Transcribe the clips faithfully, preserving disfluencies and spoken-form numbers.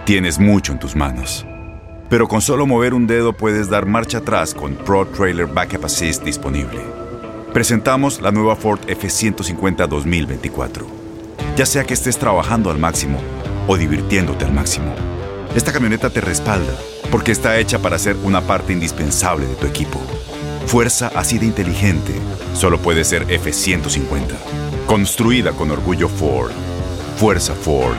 Tienes mucho en tus manos. Pero con solo mover un dedo puedes dar marcha atrás con Pro Trailer Backup Assist disponible. Presentamos la nueva Ford F ciento cincuenta dos mil veinticuatro. Ya sea que estés trabajando al máximo o divirtiéndote al máximo, esta camioneta te respalda porque está hecha para ser una parte indispensable de tu equipo. Fuerza así de inteligente solo puede ser F ciento cincuenta. Construida con orgullo Ford. Fuerza Ford.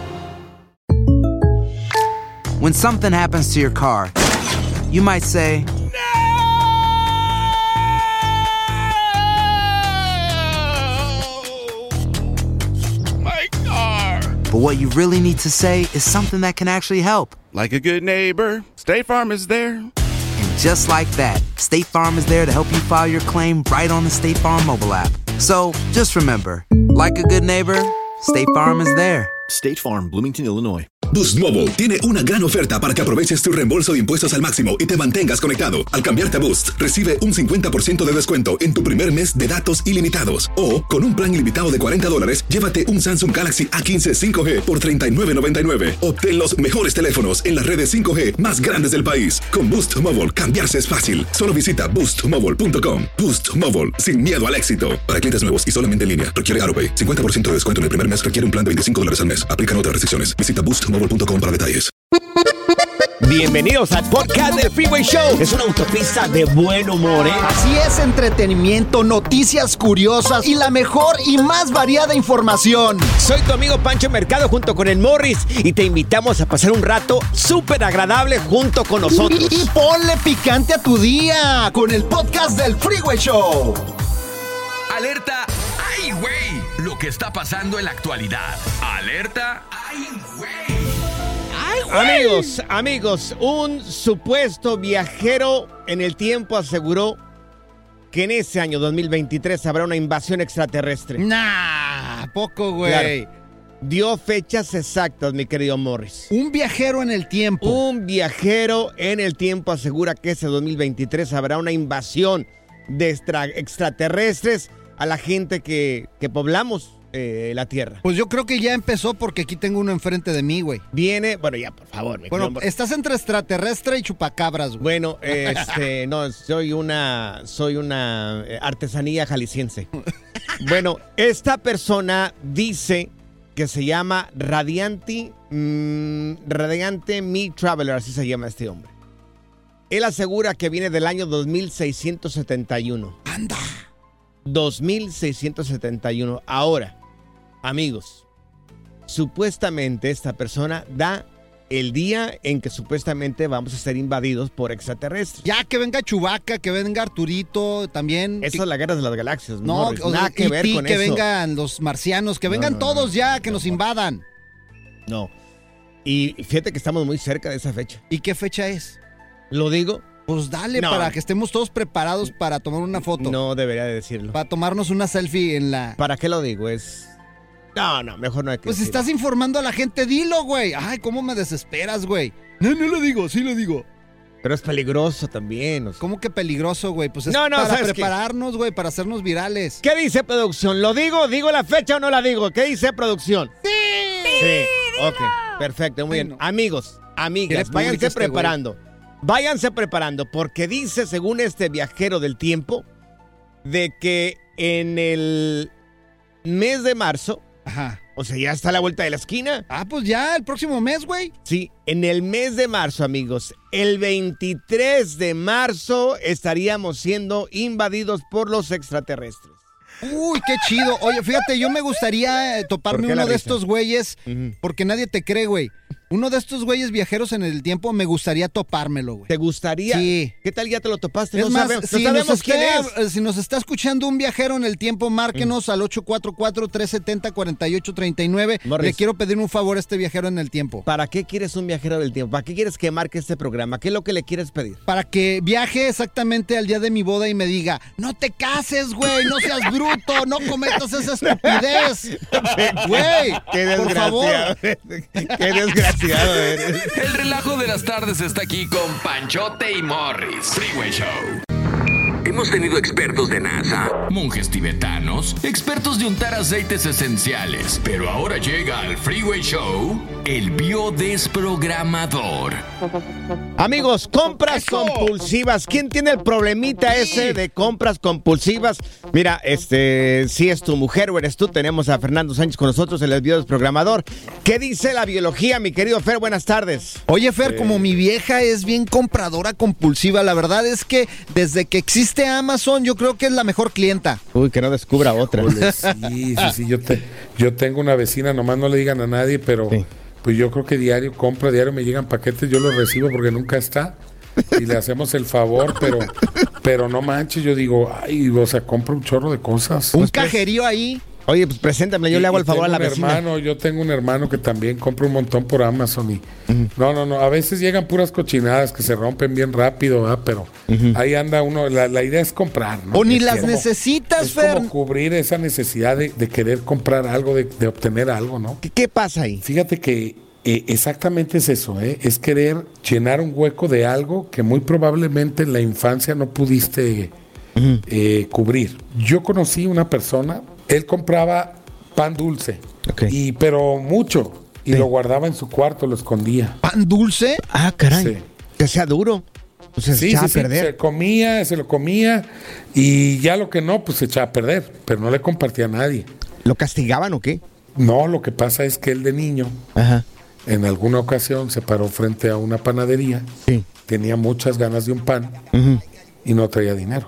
When something happens to your car, you might say, My car! but what you really need to say is something that can actually help. Like a good neighbor, State Farm is there. And just like that, State Farm is there to help you file your claim right on the State Farm mobile app. So just remember, like a good neighbor, State Farm is there. State Farm, Bloomington, Illinois. Boost Mobile tiene una gran oferta para que aproveches tu reembolso de impuestos al máximo y te mantengas conectado. Al cambiarte a Boost, recibe un cincuenta por ciento de descuento en tu primer mes de datos ilimitados. O, con un plan ilimitado de cuarenta dólares, llévate un Samsung Galaxy A quince cinco G por treinta y nueve noventa y nueve. Obtén los mejores teléfonos en las redes cinco G más grandes del país. Con Boost Mobile, cambiarse es fácil. Solo visita boost mobile punto com. Boost Mobile, sin miedo al éxito. Para clientes nuevos y solamente en línea, requiere AutoPay. cincuenta por ciento de descuento en el primer mes requiere un plan de veinticinco dólares al mes. Aplican otras restricciones. Visita boost mobile punto com para detalles. Bienvenidos al podcast del Freeway Show. Es una autopista de buen humor, ¿eh? Así es, entretenimiento, noticias curiosas y la mejor y más variada información. Soy tu amigo Pancho Mercado junto con el Morris y te invitamos a pasar un rato súper agradable junto con nosotros. Y, y ponle picante a tu día con el podcast del Freeway Show. Alerta, ¡ay, güey! Lo que está pasando en la actualidad. Alerta, ¡ay, güey! Amigos, amigos, un supuesto viajero en el tiempo aseguró que en ese año dos mil veintitrés habrá una invasión extraterrestre. Nah, poco, güey. Claro. Dio fechas exactas, mi querido Morris. Un viajero en el tiempo. Un viajero en el tiempo asegura que ese dos mil veintitrés habrá una invasión de extra- extraterrestres a la gente que, que poblamos eh, la Tierra. Pues yo creo que ya empezó porque aquí tengo uno enfrente de mí, güey. Viene, bueno, ya, por favor. Mi Bueno, querido, estás entre extraterrestre y chupacabras, güey. Bueno, este, no, soy una, soy una artesanía jalisciense. Bueno, esta persona dice que se llama Radiante, mmm, Radiante Me Traveler, así se llama este hombre. Él asegura que viene del año dos mil seiscientos setenta y uno. ¡Anda! dos mil seiscientos setenta y uno. Ahora, amigos, supuestamente esta persona da el día en que supuestamente vamos a ser invadidos por extraterrestres. Ya que venga Chewbacca, que venga Arturito, también. Eso es la guerra de las galaxias, No, Morris. o- Nada que E T, ver con que eso. vengan los marcianos, que No, vengan no, todos no, ya, no, que no, nos no. invadan. No. Y fíjate que estamos muy cerca de esa fecha. ¿Y qué fecha es? ¿Lo digo? Pues dale, No. para que estemos todos preparados para tomar una foto. No debería de decirlo. Para tomarnos una selfie en la... ¿Para qué lo digo? Es... No, no, mejor no hay que Pues si decirlo. estás informando a la gente, dilo, güey. Ay, cómo me desesperas, güey. No, no lo digo, sí lo digo. Pero es peligroso también. O sea. ¿Cómo que peligroso, güey? Pues es No, no, para ¿sabes qué? prepararnos, güey, para hacernos virales. ¿Qué dice producción? ¿Lo digo? ¿Digo la fecha o no la digo? ¿Qué dice producción? ¡Sí! Sí, ok, perfecto, muy Ay, bien. no. Amigos, amigas, Quiere váyanse público este preparando. Váyanse preparando, porque dice, según este viajero del tiempo, de que en el mes de marzo, Ajá. o sea, ya está a la vuelta de la esquina. Ah, pues ya, el próximo mes, güey. Sí, en el mes de marzo, amigos, el veintitrés de marzo estaríamos siendo invadidos por los extraterrestres. Uy, qué chido. Oye, fíjate, yo me gustaría eh, ¿Por toparme qué la uno de risa? estos güeyes, Ujú. porque nadie te cree, güey. Uno de estos güeyes viajeros en el tiempo, me gustaría topármelo, güey. ¿Te gustaría? Sí. ¿Qué tal ya te lo topaste? Es no más, sabemos, si, no sabemos nos quién está, es. eh, si nos está escuchando un viajero en el tiempo, márquenos al ocho cuatro cuatro, tres siete cero, cuatro ocho tres nueve. Morris. Le quiero pedir un favor a este viajero en el tiempo. ¿Para qué quieres un viajero del tiempo? ¿Para qué quieres que marque este programa? ¿Qué es lo que le quieres pedir? Para que viaje exactamente al día de mi boda y me diga, no te cases, güey, no seas bruto, no cometas esa estupidez. Güey, Qué por favor. desgraciado. Qué desgraciado eres. El relajo de las tardes está aquí con Panchote y Morris. Freeway Show. Hemos tenido expertos de NASA, monjes tibetanos, expertos de untar aceites esenciales, pero ahora llega al Freeway Show el biodesprogramador. Amigos, compras compulsivas. ¿Quién tiene el problemita ese de compras compulsivas? Mira, este, si es tu mujer o eres tú, tenemos a Fernando Sánchez con nosotros, el biodesprogramador. ¿Qué dice la biología, mi querido Fer? Buenas tardes. Oye, Fer, como mi vieja es bien compradora compulsiva, la verdad es que desde que existe Amazon, yo creo que es la mejor clienta. Uy, que no descubra otra. Ole, sí, sí, sí, yo, te, yo tengo una vecina, nomás no le digan a nadie, pero sí. Pues yo creo que diario compra, diario me llegan paquetes, yo los recibo porque nunca está y le hacemos el favor, pero pero no manches, yo digo, ay, o sea, compra un chorro de cosas. Un pues, cajerío ahí. Oye, pues preséntame, yo y, le hago el favor a la vecina. Hermano, yo tengo un hermano que también compra un montón por Amazon y uh-huh. no, no, no, a veces llegan puras cochinadas que se rompen bien rápido, ¿verdad? Pero uh-huh. ahí anda uno, la, la idea es comprar, ¿no? O ni es las como, necesitas, es Fer. como cubrir esa necesidad de, de querer comprar algo, de, de obtener algo, ¿no? ¿Qué, qué pasa ahí? Fíjate que eh, exactamente es eso, ¿eh? Es querer llenar un hueco de algo que muy probablemente en la infancia no pudiste uh-huh. eh, cubrir. Yo conocí una persona, él compraba pan dulce, okay. y pero mucho, y sí. lo guardaba en su cuarto, lo escondía. ¿Pan dulce? Ah, caray. Sí. Que sea duro. Pues se sí, echaba sí, a perder. Sí, se comía, se lo comía, y ya lo que no, pues se echaba a perder, pero no le compartía a nadie. ¿Lo castigaban o qué? No, lo que pasa es que él de niño, Ajá. en alguna ocasión se paró frente a una panadería, sí. tenía muchas ganas de un pan, uh-huh. y no traía dinero.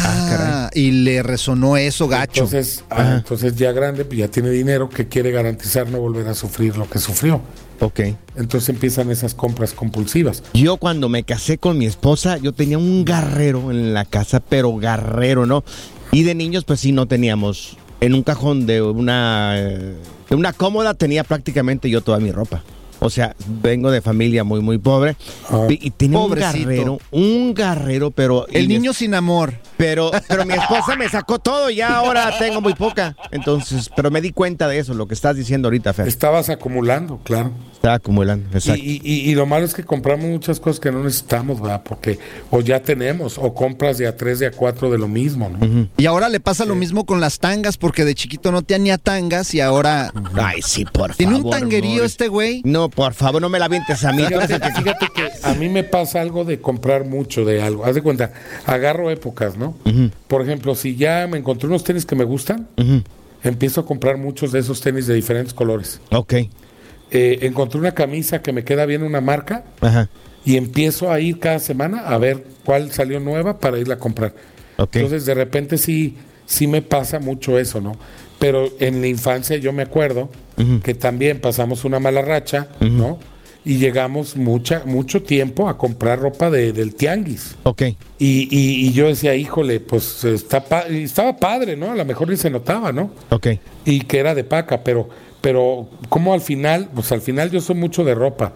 Ah, y le resonó eso gacho. Entonces, ah, entonces ya grande, ya tiene dinero, que quiere garantizar no volver a sufrir lo que sufrió. Ok. Entonces empiezan esas compras compulsivas. Yo cuando me casé con mi esposa, yo tenía un garrero en la casa, pero garrero, ¿no? Y de niños, pues sí, no teníamos. En un cajón de una, de una cómoda tenía prácticamente yo toda mi ropa. O sea, vengo de familia muy, muy pobre. Ah, y, y tenía pobrecito. un garrero, un garrero, pero... El niño sin amor. Pero, pero mi esposa me sacó todo y ya ahora tengo muy poca. Entonces, pero me di cuenta de eso, lo que estás diciendo ahorita, Fer. Estabas acumulando, claro. Estaba acumulando, exacto. Y, y, y lo malo es que compramos muchas cosas que no necesitamos, ¿verdad? Porque o ya tenemos, o compras de a tres, de a cuatro de lo mismo, ¿no? Uh-huh. Y ahora le pasa sí. lo mismo con las tangas, porque de chiquito no tenía tangas y ahora... Uh-huh. Ay, sí, por favor. ¿Tiene un tanguerío no, este güey? No, por favor, no me la avientes a mí. Fíjate, fíjate que a mí me pasa algo de comprar mucho de algo. Haz de cuenta, agarro épocas, ¿no? Uh-huh. Por ejemplo, si ya me encontré unos tenis que me gustan, uh-huh. empiezo a comprar muchos de esos tenis de diferentes colores. Ok. Eh, encontré una camisa que me queda bien, una marca, Ajá. y empiezo a ir cada semana a ver cuál salió nueva para irla a comprar. Okay. Entonces, de repente sí, sí me pasa mucho eso, ¿no? Pero en la infancia yo me acuerdo uh-huh. que también pasamos una mala racha, uh-huh. ¿no? Y llegamos mucha, mucho tiempo a comprar ropa de, del tianguis. Ok. Y, y, y yo decía, híjole, pues está pa- estaba padre, ¿no? A lo mejor ni se notaba, ¿no? Ok. Y que era de paca, pero... Pero como al final, pues al final yo soy mucho de ropa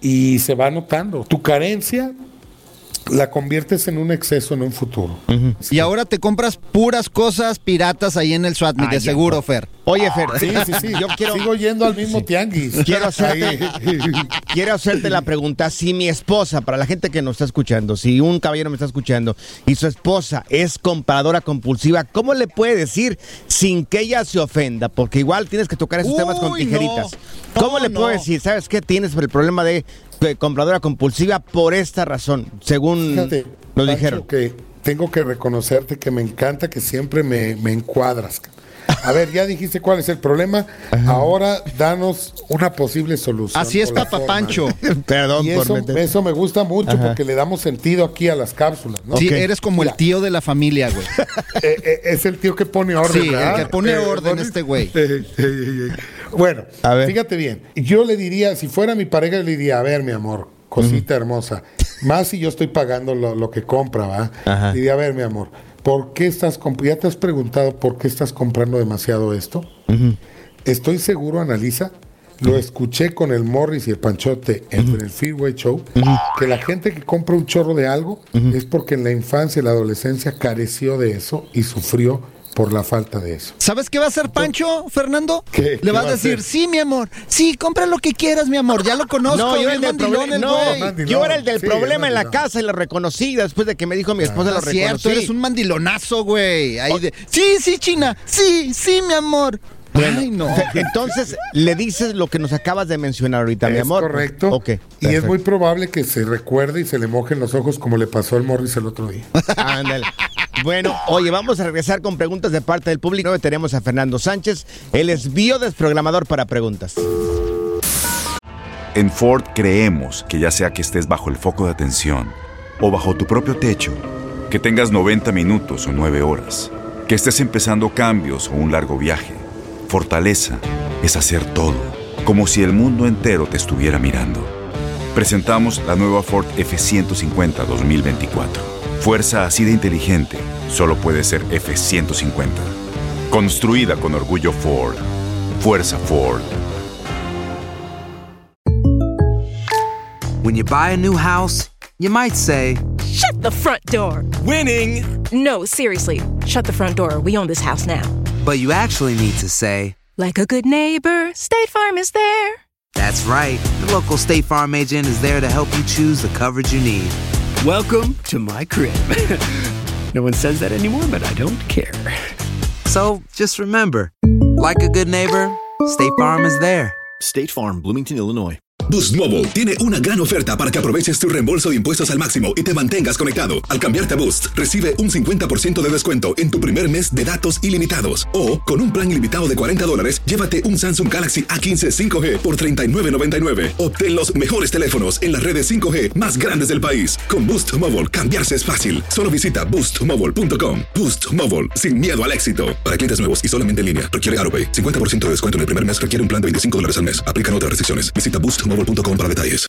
y se va notando. Tu carencia la conviertes en un exceso en un futuro. Uh-huh. Sí. Y ahora te compras puras cosas piratas ahí en el Swatme, de seguro, no. Fer. Oye, Fer. Sí, sí, sí. Yo quiero... Sigo yendo al mismo sí. tianguis. Quiero hacerte, quiero hacerte la pregunta. Si mi esposa, para la gente que nos está escuchando, si un caballero me está escuchando y su esposa es compradora compulsiva, ¿cómo le puede decir sin que ella se ofenda? Porque igual tienes que tocar esos Uy, temas con tijeritas. No. ¿Cómo no, le puedo no. decir? ¿Sabes qué? Tienes el problema de compradora compulsiva por esta razón, según Fíjate, lo Pancho, dijeron. Que tengo que reconocerte que me encanta que siempre me, me encuadras. A ver, ya dijiste cuál es el problema. Ajá. Ahora danos una posible solución. Así es, Papá Pancho. Perdón y por eso, meter... eso me gusta mucho Ajá. porque le damos sentido aquí a las cápsulas, ¿no? Sí, okay. Eres como Mira. el tío de la familia, güey. eh, eh, es el tío que pone orden, Sí, ¿verdad? el que pone eh, orden eh, este güey. Eh, eh, eh, bueno, fíjate bien. Yo le diría, si fuera mi pareja, le diría, a ver, mi amor, cosita uh-huh. hermosa, más si yo estoy pagando lo, lo que compra, ¿va? Ajá. Diría, a ver, mi amor, ¿por qué estás comp- ¿ya te has preguntado por qué estás comprando demasiado esto? Uh-huh. Estoy seguro, analiza, lo uh-huh. escuché con el Morris y el Panchote en uh-huh. el Freeway Show, uh-huh. que la gente que compra un chorro de algo uh-huh. es porque en la infancia y la adolescencia careció de eso y sufrió por la falta de eso. ¿Sabes qué va a hacer Pancho, Fernando? ¿Qué? Le vas ¿Qué a va a decir, hacer? sí, mi amor, sí, compra lo que quieras, mi amor, ya lo conozco. No, yo era el bien del, mandilón proble- el no, güey. mandilón. yo era el del Sí, problema es en la mandilón. casa y lo reconocí después de que me dijo mi esposa, No lo es cierto, reconocí. eres un mandilonazo, güey. Ahí de, sí, sí, China, sí, sí, mi amor. Bueno, Ay, no. fe- entonces le dices lo que nos acabas de mencionar ahorita, mi Es amor. correcto. Ok, y es perfecto. muy probable que se recuerde y se le mojen los ojos como le pasó al Morris el otro día. Ándale. Bueno, oye, vamos a regresar con preguntas de parte del público. Hoy tenemos a Fernando Sánchez. Él es biodesprogramador para preguntas. En Ford creemos que ya sea que estés bajo el foco de atención o bajo tu propio techo, que tengas noventa minutos o nueve horas, que estés empezando cambios o un largo viaje, fortaleza es hacer todo, como si el mundo entero te estuviera mirando. Presentamos la nueva Ford F ciento cincuenta dos mil veinticuatro. Fuerza así de inteligente solo puede ser F ciento cincuenta. Construida con orgullo Ford. Fuerza Ford. When you buy a new house, you might say, Shut the front door. Winning. No, seriously. Shut the front door. We own this house now. but you actually need to say, Like a good neighbor, State Farm is there. that's right. The local State Farm agent is there to help you choose the coverage you need. Welcome to my crib. No one says that anymore, but I don't care. So just remember, like a good neighbor, State Farm is there. State Farm, Bloomington, Illinois. Boost Mobile tiene una gran oferta para que aproveches tu reembolso de impuestos al máximo y te mantengas conectado. Al cambiarte a Boost, recibe un cincuenta por ciento de descuento en tu primer mes de datos ilimitados. O, con un plan ilimitado de cuarenta dólares, llévate un Samsung Galaxy A quince cinco G por treinta y nueve noventa y nueve. Obtén los mejores teléfonos en las redes cinco G más grandes del país. Con Boost Mobile, cambiarse es fácil. Solo visita boost mobile punto com. Boost Mobile, sin miedo al éxito. Para clientes nuevos y solamente en línea, requiere AutoPay. cincuenta por ciento de descuento en el primer mes, requiere un plan de veinticinco dólares al mes. Aplican otras restricciones. Visita boost mobile punto com para detalles.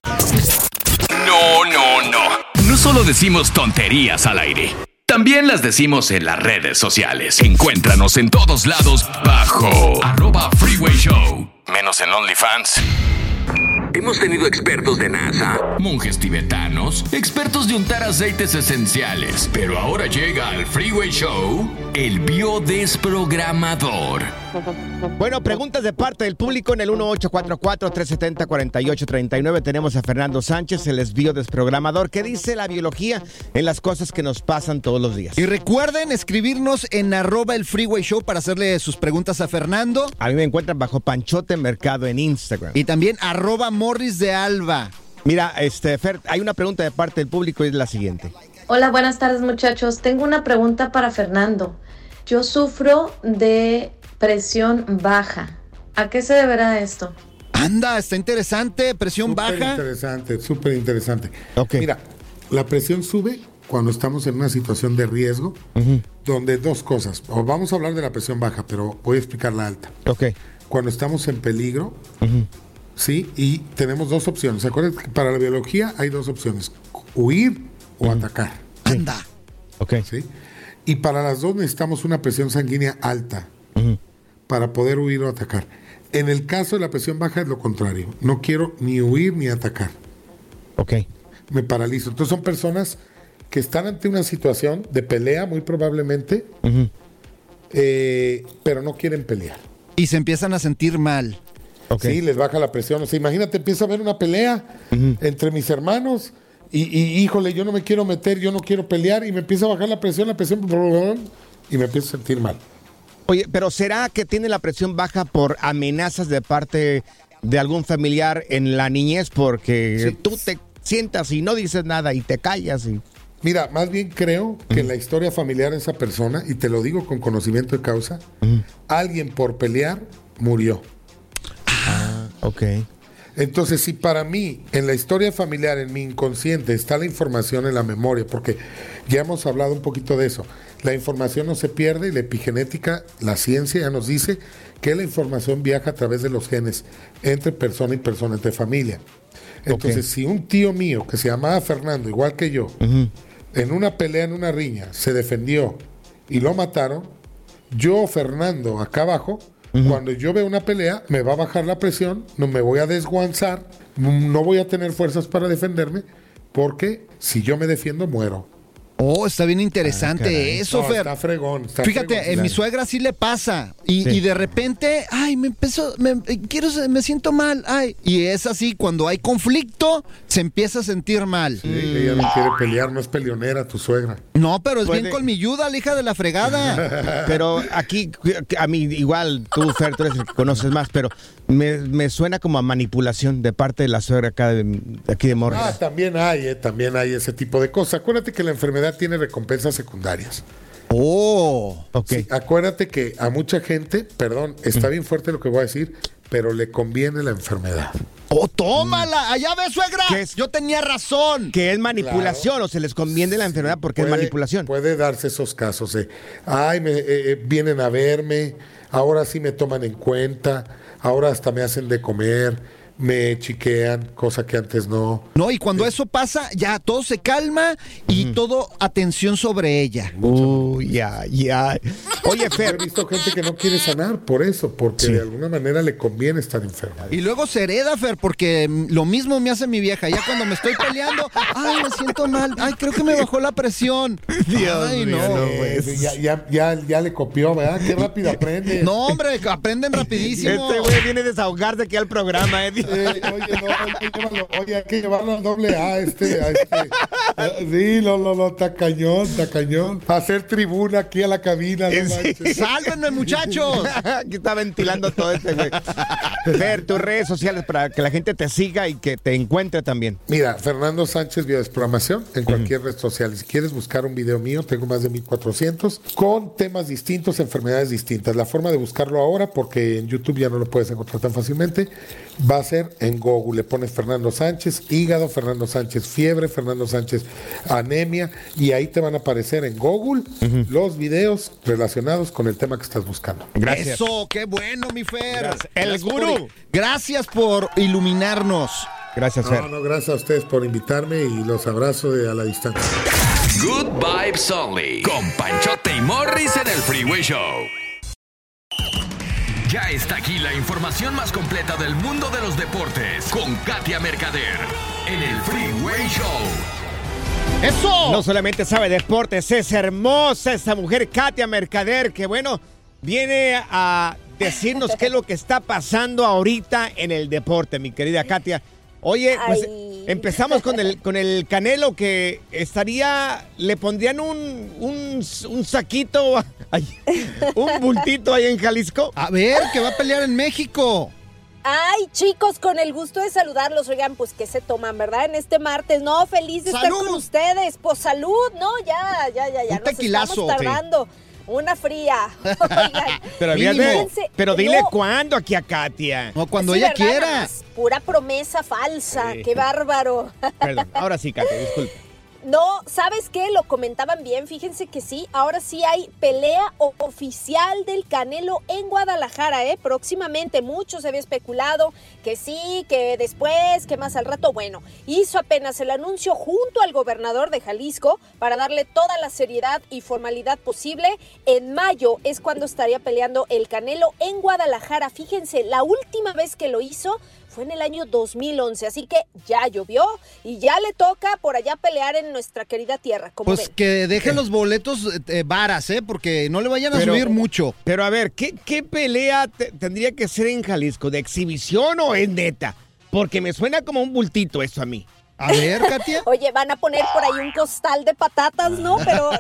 No, no, no. No solo decimos tonterías al aire. También las decimos en las redes sociales. Encuéntranos en todos lados bajo arroba Freeway Show. Menos en OnlyFans. Hemos tenido expertos de NASA, monjes tibetanos, expertos de untar aceites esenciales. Pero ahora llega al Freeway Show el biodesprogramador. Bueno, preguntas de parte del público en el uno ocho cuatro cuatro, tres siete cero, cuatro ocho tres nueve. Tenemos a Fernando Sánchez, el es biodesprogramador, que dice la biología en las cosas que nos pasan todos los días. Y recuerden escribirnos en arroba el Freeway Show para hacerle sus preguntas a Fernando. A mí me encuentran bajo Panchote Mercado en Instagram. Y también arroba Morris de Alba. Mira, este, Fer, hay una pregunta de parte del público y es la siguiente. Hola, buenas tardes muchachos. Tengo una pregunta para Fernando. Yo sufro de presión baja. ¿A qué se deberá esto? Anda, está interesante, presión Súper baja. interesante, súper interesante. Okay. Mira, la presión sube cuando estamos en una situación de riesgo, uh-huh. donde dos cosas, o vamos a hablar de la presión baja, pero voy a explicar la alta. Okay. Cuando estamos en peligro, uh-huh. sí, y tenemos dos opciones. ¿Se acuerdan que para la biología hay dos opciones? Huir o uh-huh. atacar. Anda. Ok. ¿Sí? Y para las dos necesitamos una presión sanguínea alta uh-huh. para poder huir o atacar. En el caso de la presión baja es lo contrario. No quiero ni huir ni atacar. Ok. Me paralizo. Entonces son personas que están ante una situación de pelea, muy probablemente, uh-huh. eh, pero no quieren pelear. Y se empiezan a sentir mal. Okay. Sí, les baja la presión. O sea, imagínate, empieza a haber una pelea uh-huh. entre mis hermanos y, y, híjole, yo no me quiero meter, yo no quiero pelear y me empieza a bajar la presión, la presión y me empiezo a sentir mal. Oye, pero ¿será que tiene la presión baja por amenazas de parte de algún familiar en la niñez? Porque sí. tú te sientas y no dices nada y te callas y... Mira, más bien creo que uh-huh. en la historia familiar de esa persona, y te lo digo con conocimiento de causa, uh-huh. alguien por pelear murió. Ah, ok. Entonces, si para mí, en la historia familiar, en mi inconsciente, está la información en la memoria, porque ya hemos hablado un poquito de eso, la información no se pierde y la epigenética, la ciencia ya nos dice que la información viaja a través de los genes entre persona y persona, entre familia. Entonces, okay. si un tío mío que se llamaba Fernando, igual que yo, uh-huh. en una pelea, en una riña, se defendió y lo mataron, yo, Fernando, acá abajo, uh-huh. cuando yo veo una pelea, me va a bajar la presión, no me voy a desguanzar, no voy a tener fuerzas para defenderme, porque si yo me defiendo, muero. Oh, está bien interesante Ah, eso, No, Fer. está fregón. Está Fíjate, fregón. en mi suegra sí le pasa. Y, Sí. y de repente, ay, me empezó, me, eh, quiero, me siento mal, ay. Y es así, cuando hay conflicto, se empieza a sentir mal. Sí, ella no quiere pelear, no es peleonera tu suegra. No, pero es Puede- bien colmilluda, la hija de la fregada. Pero aquí, a mí igual, tú, Fer, tú eres el que conoces más, pero me, me suena como a manipulación de parte de la suegra acá de, de aquí de Morris. Ah, también hay, eh, también hay ese tipo de cosas. Acuérdate que la enfermedad tiene recompensas secundarias. Oh. Ok. Sí, acuérdate que a mucha gente, perdón, está bien fuerte lo que voy a decir, pero le conviene la enfermedad. Oh, tómala. Allá ves, suegra. ¿Qué es? Yo tenía razón. Que es manipulación, o se les conviene la enfermedad porque Puede- es manipulación. Puede darse esos casos de, ay, me, eh, eh, vienen a verme, ahora sí me toman en cuenta, ahora hasta me hacen de comer, me chiquean, cosa que antes no. No, y cuando eso pasa, ya todo se calma y todo atención sobre ella. Uy, ya, ya. Oye, Yo Fer, he visto gente que no quiere sanar por eso, porque Sí. de alguna manera le conviene estar enferma. Y luego se hereda, Fer, porque mm, lo mismo me hace mi vieja. Ya cuando me estoy peleando, ay, me siento mal. Ay, creo que me bajó la presión. Dios ay, mío, no. no, Eh, pues. ya, ya, ya, ya le copió, ¿verdad? Qué rápido aprende. No, hombre, aprenden rapidísimo. este güey viene a desahogarse aquí al programa, eh. Eh, oye, no, hay que llevarlo, oye, hay que llevarlo al doble A, este, a este. Eh, Sí, no, no, no, está cañón, está cañón. Hacer tribuna aquí a la cabina, no Sí. manches. ¡Sálvenme, muchachos! Aquí está ventilando todo este güey. Fer, tus redes sociales para que la gente te siga y que te encuentre también. Mira, Fernando Sánchez Biodesprogramación en cualquier red social. Si quieres buscar un video mío, tengo más de mil cuatrocientos con temas distintos, enfermedades distintas. La forma de buscarlo ahora, porque en YouTube ya no lo puedes encontrar tan fácilmente, va a ser en Google. Le pones Fernando Sánchez hígado, Fernando Sánchez fiebre, Fernando Sánchez anemia, y ahí te van a aparecer en Google los videos relacionados con el tema que estás buscando. Gracias. Eso, qué bueno, mi Fer. Gracias. El Gracias gurú. por- gracias por iluminarnos. Gracias, Fer. No, no, gracias a ustedes por invitarme y los abrazo de a la distancia. Good Vibes Only. Con Panchote y Morris en el Freeway Show. Ya está aquí la información más completa del mundo de los deportes. Con Katia Mercader. En el Freeway Show. ¡Eso! No solamente sabe deportes, es hermosa esta mujer, Katia Mercader, que bueno, viene a decirnos qué es lo que está pasando ahorita en el deporte, mi querida Katia. Oye, pues Ay. empezamos con el, con el Canelo, que estaría, le pondrían un, un, un saquito, ahí, un bultito ahí en Jalisco. A ver, que va a pelear en México. Ay, chicos, con el gusto de saludarlos. Oigan, pues, ¿qué se toman, verdad? En este martes, no, feliz de estar ¡Salud! con ustedes. Pues, salud, no, ya, ya, ya, ya. Un nos tequilazo, estamos tardando. Una fría. Oigan, Pero, Mínimo. dile, fíjense, pero dile no, cuándo aquí a Katia. No, cuando sí, ella ¿verdad? quiera. Nada más, pura promesa falsa. Sí. Qué bárbaro. Perdón, ahora sí, Katia, disculpe. No, ¿sabes qué? Lo comentaban bien, fíjense que sí, ahora sí hay pelea o- oficial del Canelo en Guadalajara, ¿eh? Próximamente, mucho se había especulado que sí, que después, que más al rato, bueno, hizo apenas el anuncio junto al gobernador de Jalisco para darle toda la seriedad y formalidad posible. En mayo es cuando estaría peleando el Canelo en Guadalajara, fíjense, la última vez que lo hizo fue en el año dos mil once, así que ya llovió y ya le toca por allá pelear en nuestra querida tierra. Como Pues ven. que dejen los boletos eh, varas, ¿eh? Porque no le vayan a Pero- subir mucho. Pero a ver, ¿qué, qué pelea te- tendría que ser en Jalisco? ¿De exhibición o es neta? Porque me suena como un bultito eso a mí. A ver, Katia. Oye, van a poner por ahí un costal de patatas, ¿no? Pero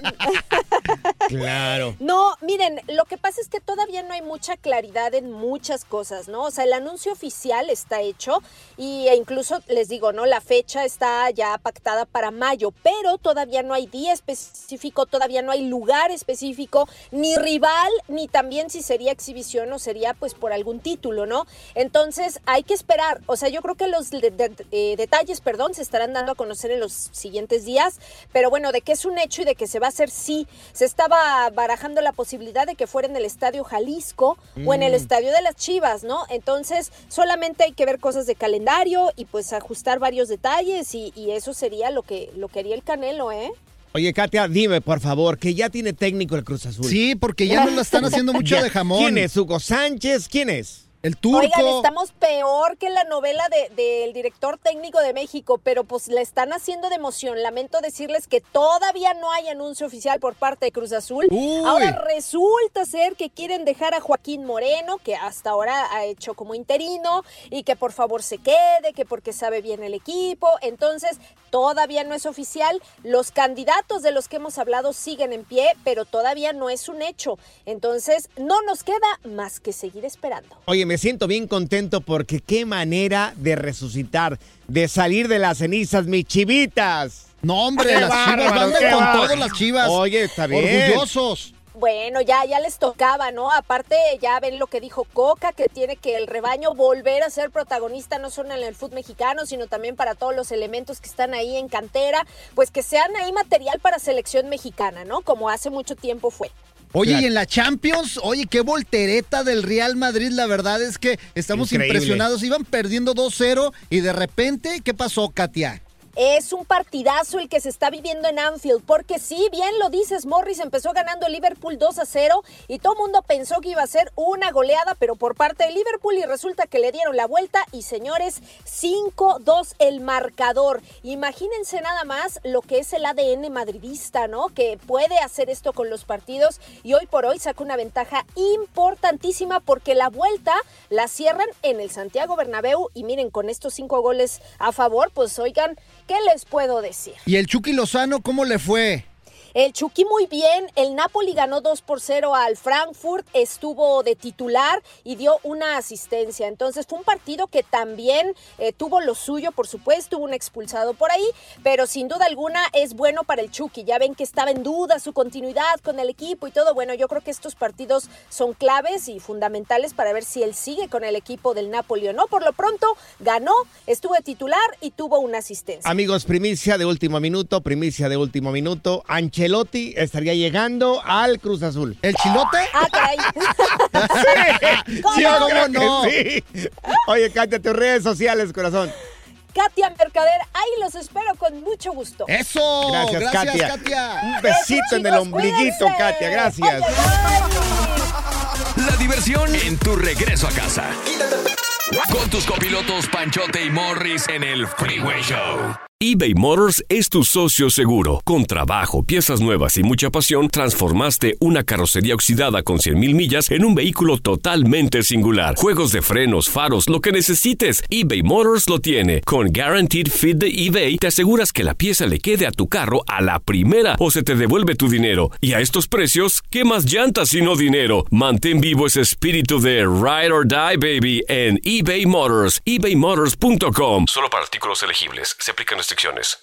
Claro. no, miren, lo que pasa es que todavía no hay mucha claridad en muchas cosas, ¿no? O sea, el anuncio oficial está hecho y, e incluso les digo, ¿no? La fecha está ya pactada para mayo, pero todavía no hay día específico, todavía no hay lugar específico, ni rival, ni también si sería exhibición o sería pues por algún título, ¿no? Entonces hay que esperar, o sea, yo creo que los de- de- eh, detalles, perdón, se estarán dando a conocer en los siguientes días, pero bueno, de que es un hecho y de que se va a hacer, sí, se estaba barajando la posibilidad de que fuera en el Estadio Jalisco o en el Mm. Estadio de las Chivas, ¿no? Entonces, solamente hay que ver cosas de calendario y pues ajustar varios detalles y, y eso sería lo que, lo que haría el Canelo, ¿eh? Oye, Katia, dime, por favor, que ya tiene técnico el Cruz Azul. Sí, porque ya no la están haciendo mucho Ya. de jamón. ¿Quién es? ¿Hugo Sánchez? ¿Quién es? El turco. Oigan, estamos peor que la novela del de, de director técnico de México, pero pues le están haciendo de emoción. Lamento decirles que todavía no hay anuncio oficial por parte de Cruz Azul. Uy. Ahora resulta ser que quieren dejar a Joaquín Moreno, que hasta ahora ha hecho como interino, y que por favor se quede, que porque sabe bien el equipo. Entonces, todavía no es oficial. Los candidatos de los que hemos hablado siguen en pie, pero todavía no es un hecho. Entonces, no nos queda más que seguir esperando. Oye, me siento bien contento porque qué manera de resucitar, de salir de las cenizas, mis chivitas. No, hombre, las bárbaro, chivas van con bárbaro. Todas las chivas. Oye, está bien. Orgullosos. Bueno, ya, ya les tocaba, ¿no? Aparte, ya ven lo que dijo Coca, que tiene que el rebaño volver a ser protagonista, no solo en el fútbol mexicano, sino también para todos los elementos que están ahí en cantera, pues que sean ahí material para selección mexicana, ¿no? Como hace mucho tiempo fue. Oye, claro. Y en la Champions, oye, qué voltereta del Real Madrid, la verdad es que estamos increíble. Impresionados, iban perdiendo dos cero y de repente, ¿qué pasó, Katia? Es un partidazo el que se está viviendo en Anfield, porque sí, bien lo dices, Morris empezó ganando el Liverpool dos a cero y todo el mundo pensó que iba a ser una goleada, pero por parte de Liverpool, y resulta que le dieron la vuelta y señores, cinco dos el marcador. Imagínense nada más lo que es el A D N madridista, ¿no? Que puede hacer esto con los partidos y hoy por hoy saca una ventaja importantísima porque la vuelta la cierran en el Santiago Bernabéu y miren, con estos cinco goles a favor, pues oigan, ¿qué les puedo decir? ¿Y el Chucky Lozano cómo le fue? El Chucky muy bien, el Napoli ganó dos por cero al Frankfurt, estuvo de titular y dio una asistencia. Entonces fue un partido que también eh, tuvo lo suyo, por supuesto, hubo un expulsado por ahí, pero sin duda alguna es bueno para el Chucky. Ya ven que estaba en duda su continuidad con el equipo y todo. Bueno, yo creo que estos partidos son claves y fundamentales para ver si él sigue con el equipo del Napoli o no. Por lo pronto, ganó, estuvo de titular y tuvo una asistencia. Amigos, primicia de último minuto, primicia de último minuto. Anche Ancelotti estaría llegando al Cruz Azul. ¿El chilote? Ah, caray. Sí, ¿Cómo, sí, ¿cómo no? Sí. Oye, Katia, tus redes sociales, corazón. Katia Mercader, ahí los espero con mucho gusto. ¡Eso! Gracias, gracias Katia. Katia. Un besito Eso, en el ombliguito, cuídense. Katia, gracias. Ay, ay, ay. La diversión en tu regreso a casa. Con tus copilotos Panchote y Morris en el Freeway Show. eBay Motors es tu socio seguro. Con trabajo, piezas nuevas y mucha pasión, transformaste una carrocería oxidada con cien mil millas en un vehículo totalmente singular. Juegos de frenos, faros, lo que necesites, eBay Motors lo tiene. Con Guaranteed Fit de eBay, te aseguras que la pieza le quede a tu carro a la primera o se te devuelve tu dinero. Y a estos precios, ¿qué más llantas sino dinero? Mantén vivo ese espíritu de Ride or Die, baby, en eBay Motors. ebay motors punto com. Solo para artículos elegibles. Se aplican restricciones.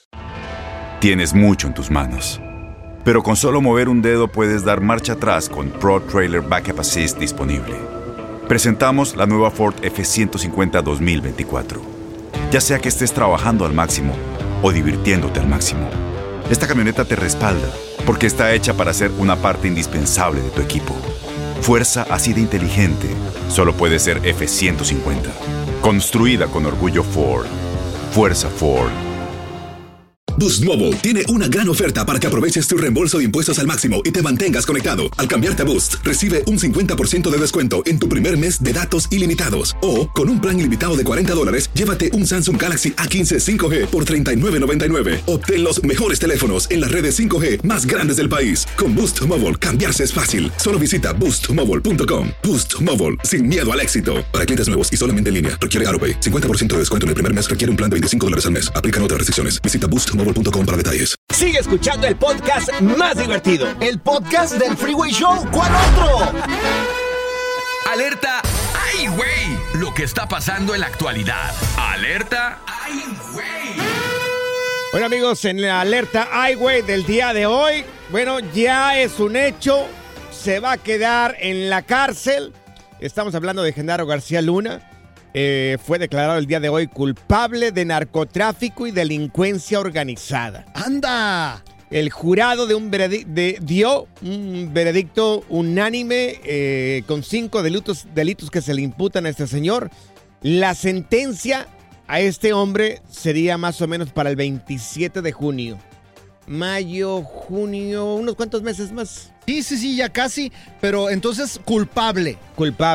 Tienes mucho en tus manos, pero con solo mover un dedo puedes dar marcha atrás con Pro Trailer Backup Assist disponible. Presentamos la nueva Ford F ciento cincuenta dos mil veinticuatro. Ya sea que estés trabajando al máximo o divirtiéndote al máximo, esta camioneta te respalda porque está hecha para ser una parte indispensable de tu equipo. Fuerza así de inteligente solo puede ser F ciento cincuenta. Construida con orgullo Ford. Fuerza Ford. Boost Mobile tiene una gran oferta para que aproveches tu reembolso de impuestos al máximo y te mantengas conectado. Al cambiarte a Boost, recibe un cincuenta por ciento de descuento en tu primer mes de datos ilimitados. O, con un plan ilimitado de cuarenta dólares, llévate un Samsung Galaxy A quince cinco G por treinta y nueve noventa y nueve. Obtén los mejores teléfonos en las redes cinco G más grandes del país. Con Boost Mobile, cambiarse es fácil. Solo visita boost mobile punto com. Boost Mobile, sin miedo al éxito. Para clientes nuevos y solamente en línea, requiere AutoPay. cincuenta por ciento de descuento en el primer mes requiere un plan de veinticinco dólares al mes. Aplican otras restricciones. Visita boost mobile punto com para detalles. Sigue escuchando el podcast más divertido. El podcast del Freeway Show. ¿Cuál otro? Alerta, ¡ay, güey! Lo que está pasando en la actualidad. Alerta, ¡ay, güey! Bueno, amigos, en la alerta ¡ay, güey! del día de hoy, bueno, ya es un hecho. Se va a quedar en la cárcel. Estamos hablando de Genaro García Luna. Eh, fue declarado el día de hoy culpable de narcotráfico y delincuencia organizada. ¡Anda! El jurado de un veredi- de, dio un veredicto unánime eh, con cinco delitos, delitos que se le imputan a este señor. La sentencia a este hombre sería más o menos para el veintisiete de junio. Mayo, junio, unos cuantos meses más. Sí, sí, sí, ya casi. Pero entonces, culpable. Culpable.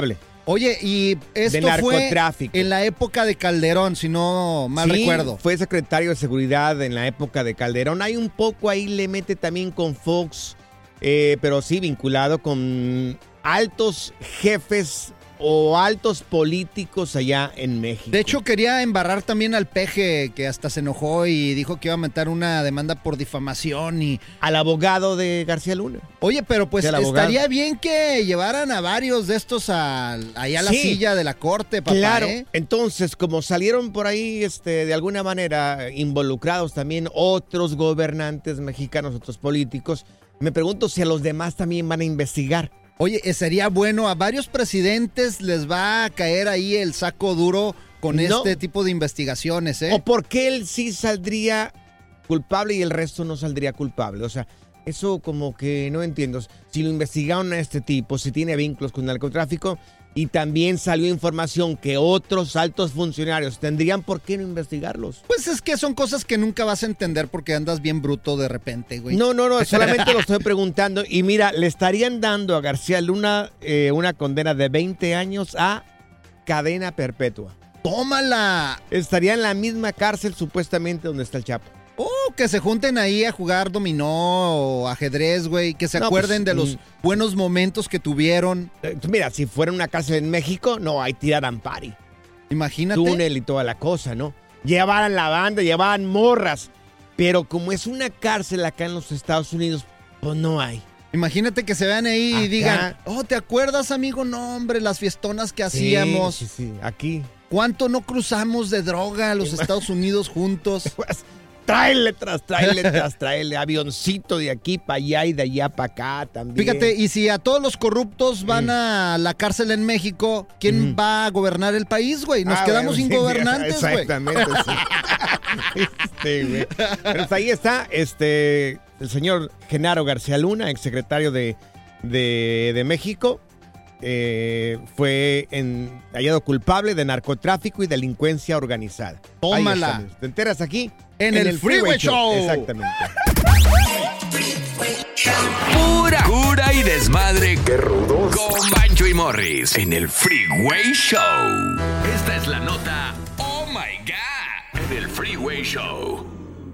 Oye, y esto fue en la época de Calderón, si no mal sí, recuerdo. Fue secretario de Seguridad en la época de Calderón. Hay un poco ahí, le mete también con Fox, eh, pero sí vinculado con altos jefes o altos políticos allá en México. De hecho, quería embarrar también al Peje, que hasta se enojó y dijo que iba a meter una demanda por difamación y... Al abogado de García Luna. Oye, pero pues sí, estaría bien que llevaran a varios de estos a, allá a la sí, silla de la corte, papá. Claro, ¿eh? Entonces, como salieron por ahí este, de alguna manera involucrados también otros gobernantes mexicanos, otros políticos, me pregunto si a los demás también van a investigar. Oye, sería bueno, a varios presidentes les va a caer ahí el saco duro con no. este tipo de investigaciones, ¿eh? ¿O por qué él sí saldría culpable y el resto no saldría culpable? O sea, eso como que no entiendo. Si lo investigaron a este tipo, si tiene vínculos con el narcotráfico, y también salió información que otros altos funcionarios tendrían por qué no investigarlos. Pues es que son cosas que nunca vas a entender porque andas bien bruto de repente, güey. No, no, no, solamente lo estoy preguntando. Y mira, le estarían dando a García Luna eh, una condena de veinte años a cadena perpetua. ¡Tómala! Estaría en la misma cárcel supuestamente donde está el Chapo. Oh, que se junten ahí a jugar dominó o ajedrez, güey. Que se no, acuerden pues, de los mm, buenos momentos que tuvieron. Eh, mira, si fuera una cárcel en México, no, hay tiraran party. Imagínate. Túnel y toda la cosa, ¿no? Llevaban la banda, llevaban morras. Pero como es una cárcel acá en los Estados Unidos, pues no hay. Imagínate que se vean ahí acá. Y digan, oh, ¿te acuerdas, amigo? No, hombre, las fiestonas que sí, hacíamos. Sí, sí, aquí. ¿Cuánto no cruzamos de droga a los Estados Unidos juntos? Pues, tráele tras, tráele tras, tráele avioncito de aquí para allá y de allá para acá también. Fíjate, y si a todos los corruptos van mm. a la cárcel en México, ¿quién mm. va a gobernar el país, güey? Nos ah, quedamos bueno, sin sí, gobernantes, güey. Exactamente, sí. sí, güey. Pero ahí está este, el señor Genaro García Luna, exsecretario de, de, de México. Eh, fue en, hallado culpable de narcotráfico y delincuencia organizada. Tómala. ¿Te enteras aquí? En, en el, el Freeway, Freeway Show. Show. Exactamente. Pura cura y desmadre. ¡Qué rudos! Con Bancho y Morris en el Freeway Show. Esta es la nota Oh My God en el Freeway Show.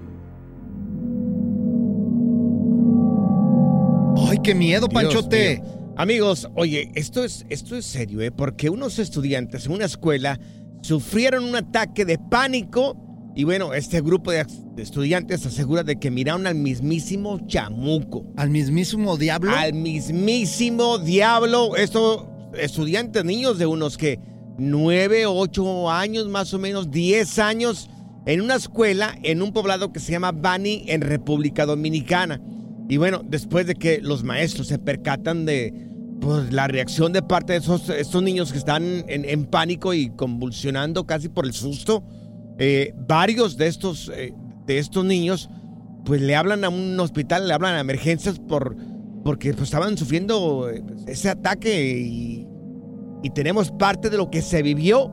¡Ay, qué miedo, Panchote! Dios mío. Amigos, oye, esto es, esto es serio, ¿eh? Porque unos estudiantes en una escuela sufrieron un ataque de pánico y bueno, este grupo de estudiantes asegura de que miraron al mismísimo chamuco. ¿Al mismísimo diablo? Al mismísimo diablo. Estos estudiantes, niños de unos que nueve, ocho años, más o menos, diez años, en una escuela en un poblado que se llama Bani en República Dominicana. Y bueno, después de que los maestros se percatan de pues, la reacción de parte de esos, estos niños que están en, en pánico y convulsionando casi por el susto, eh, varios de estos, eh, de estos niños pues le hablan a un hospital, le hablan a emergencias por, porque pues, estaban sufriendo ese ataque y, y tenemos parte de lo que se vivió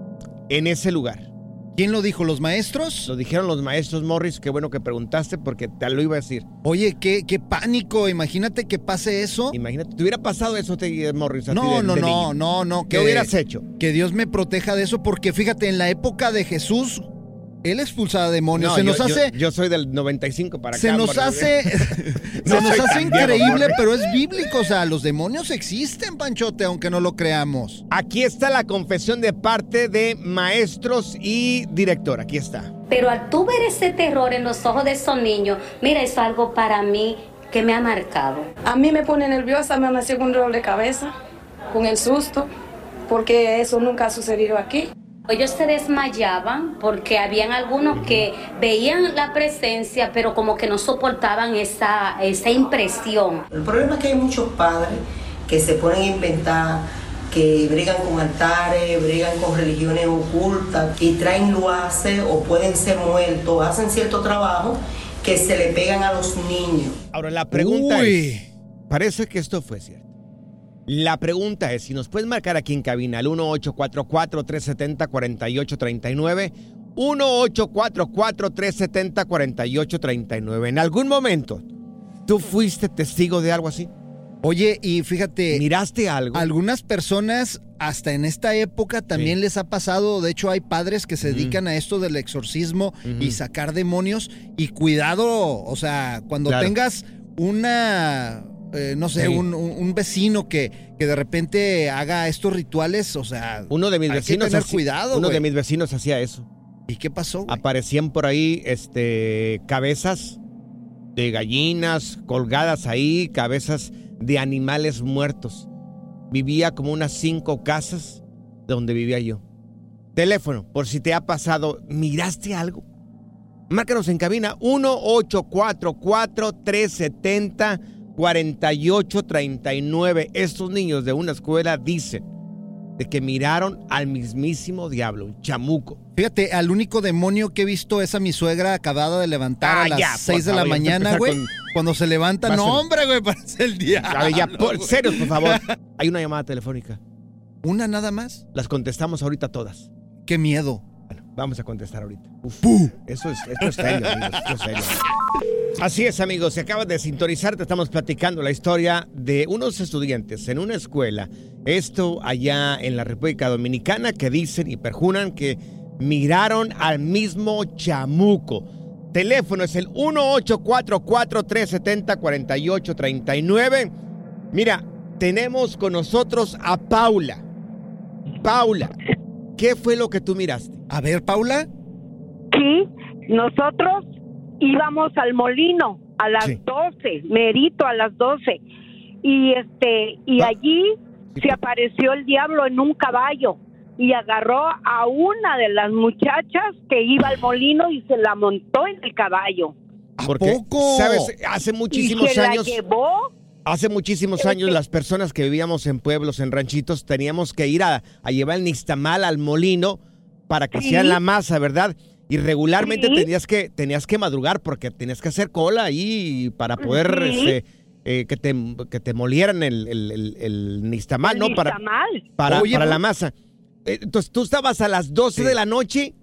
en ese lugar. ¿Quién lo dijo? ¿Los maestros? Lo dijeron los maestros, Morris. Qué bueno que preguntaste porque te lo iba a decir. Oye, qué, qué pánico. Imagínate que pase eso. Imagínate, ¿te hubiera pasado eso, te, Morris? A no, ti de, no, de no, niño? no, no. ¿Qué que, hubieras hecho? Que Dios me proteja de eso porque fíjate, en la época de Jesús, él expulsaba demonios. No, se nos yo, hace. Yo, yo soy del noventa y cinco para se acá. Nos hace, no se nos hace cambiado, increíble, Morris. pero es bíblico. O sea, los demonios existen, Panchote, aunque no lo creamos. Aquí está la confesión de parte de maestros y director. Aquí está. Pero al tú ver ese terror en los ojos de esos niños, mira, es algo para mí que me ha marcado. A mí me pone nerviosa, me nació con un dolor de cabeza, con el susto, porque eso nunca ha sucedido aquí. Ellos se desmayaban porque habían algunos que veían la presencia, pero como que no soportaban esa, esa impresión. El problema es que hay muchos padres que se ponen a inventar, que bregan con altares, bregan con religiones ocultas y traen luaces o pueden ser muertos, hacen cierto trabajo que se le pegan a los niños. Ahora la pregunta Uy. es, parece que esto fue cierto. La pregunta es, si nos puedes marcar aquí en cabina al uno ocho cuatro cuatro, tres siete cero, cuatro ocho tres nueve, uno ocho cuatro cuatro, tres siete cero, cuatro ocho tres nueve. ¿En algún momento tú fuiste testigo de algo así? Oye, y fíjate... ¿Miraste algo? Algunas personas, hasta en esta época, también sí. les ha pasado. De hecho, hay padres que se uh-huh. dedican a esto del exorcismo uh-huh. y sacar demonios. Y cuidado, o sea, cuando claro. tengas una... Eh, no sé, sí. un, un, un vecino que, que de repente haga estos rituales, o sea... Uno de mis hay vecinos... que tener hacía, cuidado, Uno güey. de mis vecinos hacía eso. ¿Y qué pasó, güey? Aparecían por ahí este, cabezas de gallinas colgadas ahí, cabezas de animales muertos. Vivía como unas cinco casas donde vivía yo. Teléfono, por si te ha pasado, ¿miraste algo? Márcanos en cabina uno ocho cuatro cuatro, tres siete cero, cuatro ocho tres nueve. Estos niños de una escuela dicen de que miraron al mismísimo diablo, un chamuco. Fíjate, al único demonio que he visto es a mi suegra acabada de levantar ah, a las ya, seis de la favor, mañana, güey. Con... Cuando se levanta, no, hombre, güey, parece el diablo. A ver, ya, por serio, por favor. Hay una llamada telefónica. ¿Una nada más? Las contestamos ahorita todas. Qué miedo. Bueno, vamos a contestar ahorita. Uf, ¡Puh! Eso es, esto es serio, amigos, esto es serio. Así es, amigos, si acabas de sintonizar, te estamos platicando la historia de unos estudiantes en una escuela, esto allá en la República Dominicana, que dicen y perjuran que miraron al mismo chamuco. Teléfono es el uno ocho cuatro cuatro, tres siete cero, cuatro ocho tres nueve. Mira, tenemos con nosotros a Paula. Paula, ¿qué fue lo que tú miraste? A ver, Paula. Sí, nosotros íbamos al molino a las sí. doce, merito a las doce, y este y ah. allí sí. se apareció el diablo en un caballo y agarró a una de las muchachas que iba al molino y se la montó en el caballo. ¿A Porque, poco? ¿Sabes? Hace muchísimos ¿Y se años... la llevó? Hace muchísimos años las personas que vivíamos en pueblos, en ranchitos, teníamos que ir a, a llevar el nixtamal al molino para que ¿Sí? hicieran la masa, ¿verdad? Y regularmente ¿Sí? tenías que tenías que madrugar porque tenías que hacer cola ahí para poder ¿Sí? este, eh, que te que te molieran el, el, el, el nixtamal, ¿no? Para, para, Oye, para la masa. Entonces, ¿tú estabas a las doce sí. de la noche?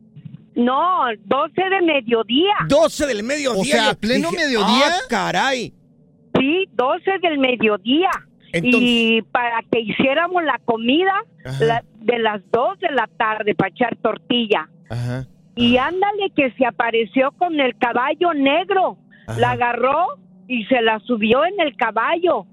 No, doce de mediodía. doce del mediodía. O sea, pleno dije, mediodía. ¡Ah, caray! Sí, doce del mediodía. Entonces, y para que hiciéramos la comida la, de las dos de la tarde para echar tortilla. Ajá. Y ándale que se apareció con el caballo negro. Ajá. La agarró y se la subió en el caballo.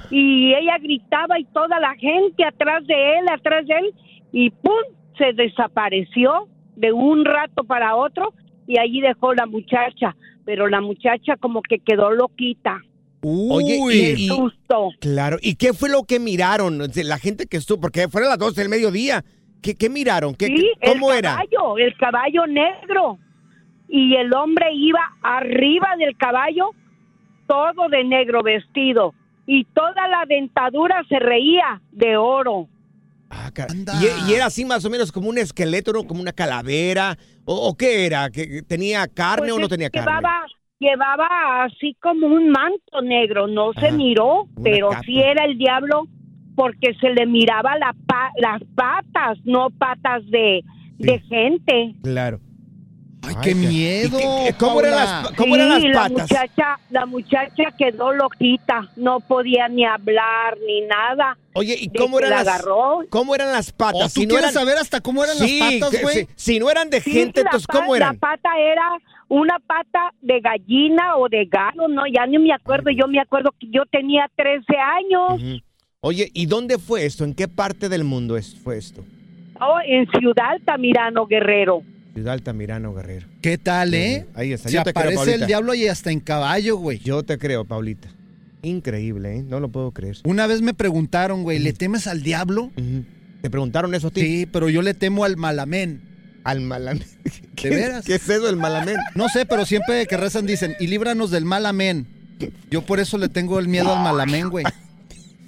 Y ella gritaba y toda la gente atrás de él, atrás de él. Y ¡pum! Se desapareció de un rato para otro y allí dejó la muchacha. Pero la muchacha como que quedó loquita. Uy, Oye, y, susto. Claro, ¿y qué fue lo que miraron? La gente que estuvo, porque fueron las doce del mediodía. ¿Qué, qué miraron? ¿Qué, sí, qué, ¿Cómo el caballo, era? El caballo negro. Y el hombre iba arriba del caballo, todo de negro vestido. Y toda la dentadura se reía de oro. Ah, y, y era así más o menos como un esqueleto, ¿no? Como una calavera. ¿O, o qué era? ¿Que tenía carne pues o no tenía llevaba, carne? Llevaba así como un manto negro. No Ajá, se miró, pero capa. Sí era el diablo porque se le miraba la pa- las patas, no patas de, sí. de gente. Claro. ¡Ay, qué miedo! ¿Qué, ¿Cómo, eran las, ¿Cómo sí, eran las la patas? Muchacha, la muchacha quedó loquita, no podía ni hablar ni nada. Oye, ¿y cómo eran, la las, agarró. cómo eran las patas? ¿O tú si no quieres eran... saber hasta cómo eran sí, las patas, güey? Si, si no eran de sí, gente, entonces pa- ¿cómo eran? La pata era una pata de gallina o de gallo, no, ya ni me acuerdo. Yo me acuerdo que yo tenía trece años. Uh-huh. Oye, ¿y dónde fue esto? ¿En qué parte del mundo es, fue esto? Oh, en Ciudad Altamirano, Guerrero. Ciudad Altamirano, Guerrero. ¿Qué tal, eh? Ahí está. Se Yo te aparece creo, Paulita. el diablo y hasta en caballo, güey. Yo te creo, Paulita. Increíble, ¿eh? No lo puedo creer. Una vez me preguntaron, güey, ¿le temes al diablo? Uh-huh. ¿Te preguntaron eso a ti? Sí, pero yo le temo al malamén. ¿Al malamén? ¿De veras? ¿Qué es eso, el malamén? No sé, pero siempre que rezan dicen, y líbranos del malamén. Yo por eso le tengo el miedo al malamén, güey.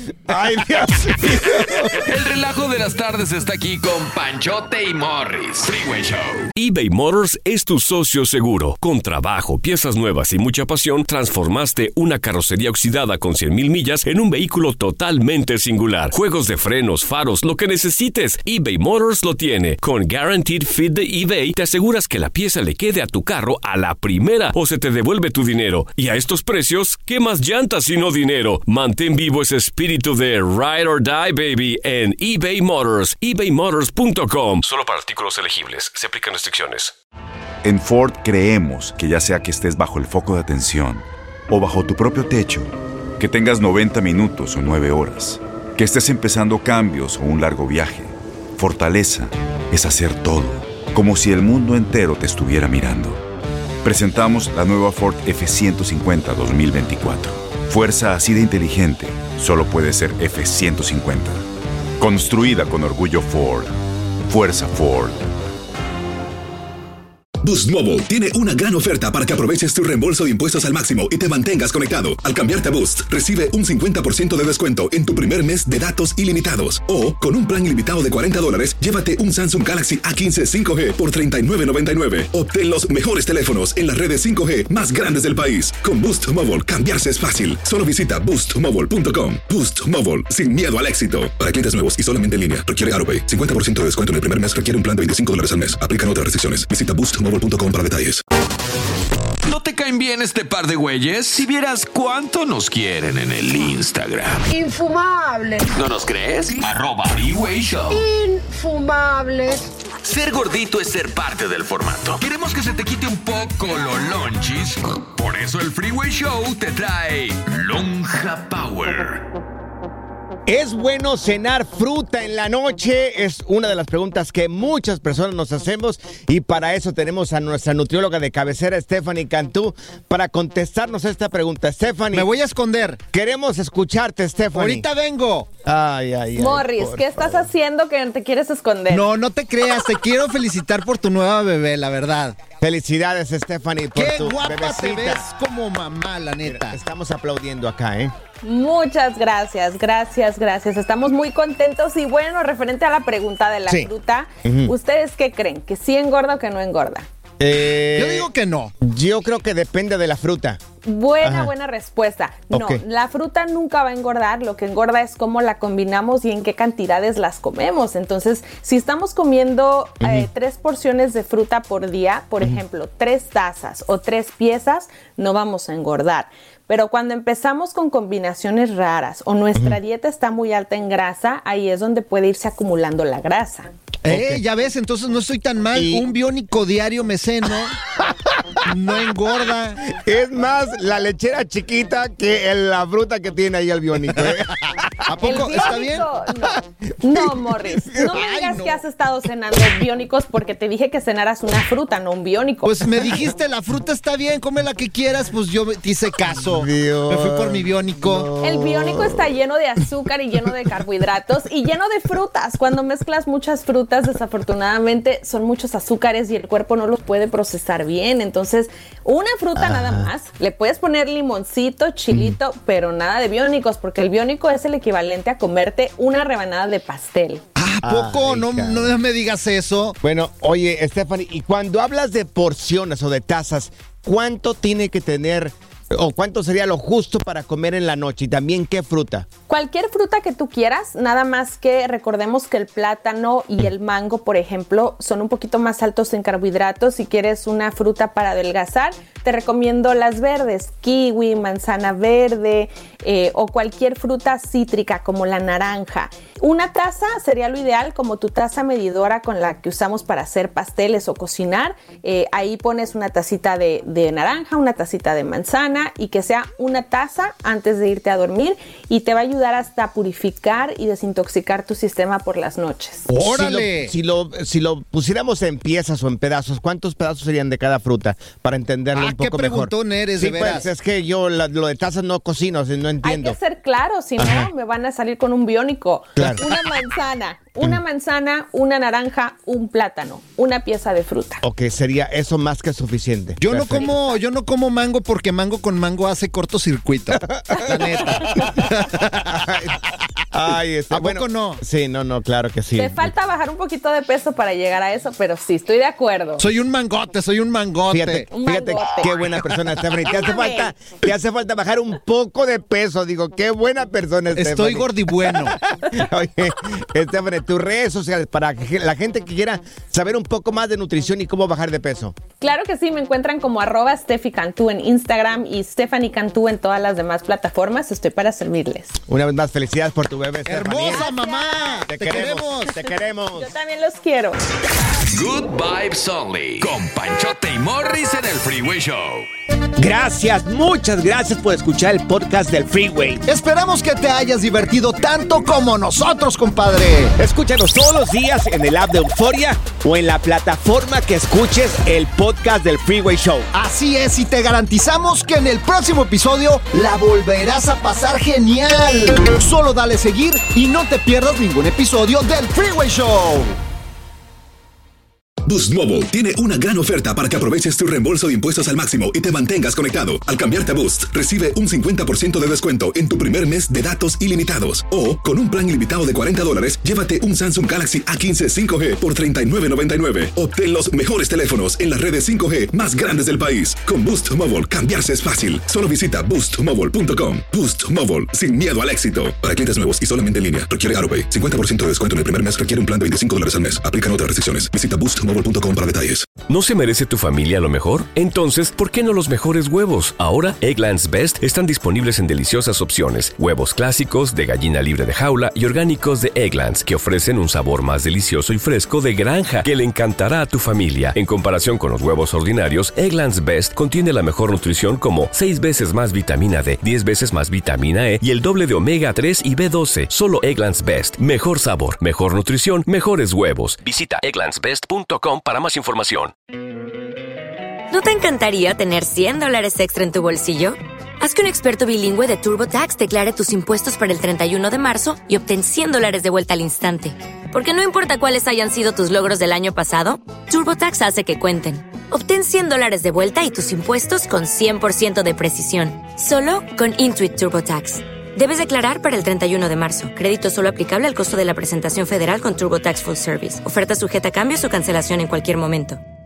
Ay, Dios mío. El relajo de las tardes está aquí con Panchote y Morris. Freeway Show. eBay Motors es tu socio seguro. Con trabajo, piezas nuevas y mucha pasión, transformaste una carrocería oxidada con cien mil millas en un vehículo totalmente singular. Juegos de frenos, faros, lo que necesites, eBay Motors lo tiene. Con Guaranteed Fit de eBay, te aseguras que la pieza le quede a tu carro a la primera o se te devuelve tu dinero. Y a estos precios, ¿qué más llantas sino dinero? Mantén vivo ese espíritu de Ride or Die, baby, en eBay Motors. ebay motors punto com. Solo para artículos elegibles. Se aplican restricciones. En Ford creemos que ya sea que estés bajo el foco de atención o bajo tu propio techo, que tengas noventa minutos o nueve horas, que estés empezando cambios o un largo viaje, fortaleza es hacer todo, como si el mundo entero te estuviera mirando. Presentamos la nueva Ford F ciento cincuenta dos mil veinticuatro. Fuerza así de inteligente solo puede ser F ciento cincuenta. Construida con orgullo Ford. Fuerza Ford. Boost Mobile tiene una gran oferta para que aproveches tu reembolso de impuestos al máximo y te mantengas conectado. Al cambiarte a Boost, recibe un cincuenta por ciento de descuento en tu primer mes de datos ilimitados. O, con un plan ilimitado de cuarenta dólares, llévate un Samsung Galaxy A quince cinco G por treinta y nueve noventa y nueve. Obtén los mejores teléfonos en las redes cinco G más grandes del país. Con Boost Mobile, cambiarse es fácil. Solo visita boost mobile punto com. Boost Mobile, sin miedo al éxito. Para clientes nuevos y solamente en línea, requiere AutoPay. cincuenta por ciento de descuento en el primer mes requiere un plan de veinticinco dólares al mes. Aplican otras restricciones. Visita boost mobile punto com para detalles. ¿No te caen bien este par de güeyes? Si vieras cuánto nos quieren en el Instagram. Infumable. ¿No nos crees? Arroba Freeway Show. Infumable. Ser gordito es ser parte del formato. Queremos que se te quite un poco lo lonchis. Por eso el Freeway Show te trae Lonja Power. ¿Es bueno cenar fruta en la noche? Es una de las preguntas que muchas personas nos hacemos y para eso tenemos a nuestra nutrióloga de cabecera, Stephanie Cantú, para contestarnos esta pregunta. Stephanie. Me voy a esconder. Queremos escucharte, Stephanie. Ahorita vengo. Ay, ay, ay. Morris, ¿qué estás haciendo que te quieres esconder? No, no te creas. Te quiero felicitar por tu nueva bebé, la verdad. Felicidades, Stephanie, por Qué tu guapa bebecita. te ves como mamá, la neta. Mira, estamos aplaudiendo acá, ¿eh? Muchas gracias, gracias, gracias. Estamos muy contentos y bueno, referente a la pregunta de la sí. fruta, Uh-huh. ¿ustedes qué creen? ¿Que sí engorda o que no engorda? Eh, yo digo que no. Yo creo que depende de la fruta. Buena, Ajá. buena respuesta. No, Ok. la fruta nunca va a engordar. Lo que engorda es cómo la combinamos y en qué cantidades las comemos. Entonces, si estamos comiendo uh-huh. eh, tres porciones de fruta por día, por uh-huh. ejemplo, tres tazas o tres piezas, no vamos a engordar. Pero cuando empezamos con combinaciones raras o nuestra uh-huh. dieta está muy alta en grasa, ahí es donde puede irse acumulando la grasa. Eh, Okay. ya ves, entonces no estoy tan mal. Y- Un biónico diario meceno no engorda. Es más la lechera chiquita que el- la fruta que tiene ahí el biónico, ¿eh? ¿A poco El está biónico, bien? No, no, Morris. No me Ay, digas no. que has estado cenando biónicos porque te dije que cenaras una fruta, no un biónico. Pues me dijiste, la fruta está bien, come la que quieras, pues yo te hice caso. Dios, me fui por mi biónico. El biónico está lleno de azúcar y lleno de carbohidratos y lleno de frutas. Cuando mezclas muchas frutas, desafortunadamente son muchos azúcares y el cuerpo no los puede procesar bien. Entonces, una fruta Ajá. nada más. Le puedes poner limoncito, chilito, pero nada de biónicos, porque el biónico es el equivalente a comerte una rebanada de pastel. ¿A poco? Ay, no, cara. no me digas eso. Bueno, oye, Stephanie, y cuando hablas de porciones o de tazas, ¿cuánto tiene que tener o cuánto sería lo justo para comer en la noche? Y también, ¿qué fruta? Cualquier fruta que tú quieras, nada más que recordemos que el plátano y el mango, por ejemplo, son un poquito más altos en carbohidratos. Si quieres una fruta para adelgazar, te recomiendo las verdes, kiwi, manzana verde eh, o cualquier fruta cítrica como la naranja. Una taza sería lo ideal, como tu taza medidora con la que usamos para hacer pasteles o cocinar. Eh, ahí pones una tacita de, de naranja, una tacita de manzana y que sea una taza antes de irte a dormir y te va a ayudar hasta purificar y desintoxicar tu sistema por las noches. ¡Órale! Si lo, si lo, si lo pusiéramos en piezas o en pedazos, ¿cuántos pedazos serían de cada fruta? Para entenderlo Ah, un poco qué mejor. preguntón eres, sí, de veras. pues, es que yo la- lo de tazas no cocino, o sea, no Hay entiendo. que ser claro, si Ajá. no me van a salir con un biónico. Claro. Una manzana, Una manzana, una naranja, un plátano, una pieza de fruta. Ok, sería eso más que suficiente. Yo Perfecto. no como, yo no como mango porque mango con mango hace cortocircuito. La neta. Ay, está ¿A poco bueno. no? Sí, no, no, claro que sí. Te falta bajar un poquito de peso para llegar a eso, pero sí, estoy de acuerdo. Soy un mangote, soy un mangote. Fíjate, Un fíjate mangote. qué buena persona, Stephanie. Te hace falta, te hace falta bajar un poco de peso. Digo, qué buena persona, Stephanie. Estoy gordibueno. Oye, Stephanie, tus redes sociales para que la gente que quiera saber un poco más de nutrición y cómo bajar de peso. Claro que sí, me encuentran como arroba Steffi Cantú en Instagram y Stephanie Cantú en todas las demás plataformas. Estoy para servirles. Una vez más, felicidades por tu bebé, Stephanie. ¡Hermosa, mamá! Te, ¡Te queremos, queremos! te queremos. Yo también los quiero. Good Vibes Only. Con Panchote y Morris en el Freeway Show. Gracias, muchas gracias por escuchar el podcast del Freeway. Esperamos que te hayas divertido tanto como nosotros, compadre. Escúchanos todos los días en el app de Euforia o en la plataforma que escuches el podcast del Freeway Show. Así es, y te garantizamos que en el próximo episodio la volverás a pasar genial. Solo dale seguir y no te pierdas ningún episodio del Freeway Show. Boost Mobile tiene una gran oferta para que aproveches tu reembolso de impuestos al máximo y te mantengas conectado. Al cambiarte a Boost, recibe un cincuenta por ciento de descuento en tu primer mes de datos ilimitados. O, con un plan ilimitado de cuarenta dólares, llévate un Samsung Galaxy A quince cinco G por treinta y nueve noventa y nueve. Obtén los mejores teléfonos en las redes cinco G más grandes del país. Con Boost Mobile, cambiarse es fácil. Solo visita boost mobile punto com. Boost Mobile, sin miedo al éxito. Para clientes nuevos y solamente en línea, requiere AroPay. cincuenta por ciento de descuento en el primer mes requiere un plan de veinticinco dólares al mes. Aplican otras restricciones. Visita boost mobile punto com para detalles. ¿No se merece tu familia lo mejor? Entonces, ¿por qué no los mejores huevos? Ahora, Eggland's Best están disponibles en deliciosas opciones. Huevos clásicos, de gallina libre de jaula y orgánicos de Eggland's, que ofrecen un sabor más delicioso y fresco de granja que le encantará a tu familia. En comparación con los huevos ordinarios, Eggland's Best contiene la mejor nutrición como seis veces más vitamina D, diez veces más vitamina E y el doble de omega tres y B doce. Solo Eggland's Best. Mejor sabor, mejor nutrición, mejores huevos. Visita egglands best punto com para más información. ¿No te encantaría tener cien dólares extra en tu bolsillo? Haz que un experto bilingüe de TurboTax declare tus impuestos para el treinta y uno de marzo y obtén cien dólares de vuelta al instante. Porque no importa cuáles hayan sido tus logros del año pasado, TurboTax hace que cuenten. Obtén cien dólares de vuelta y tus impuestos con cien por ciento de precisión. Solo con Intuit TurboTax. Debes declarar para el treinta y uno de marzo. Crédito solo aplicable al costo de la presentación federal con TurboTax Full Service. Oferta sujeta a cambios o cancelación en cualquier momento.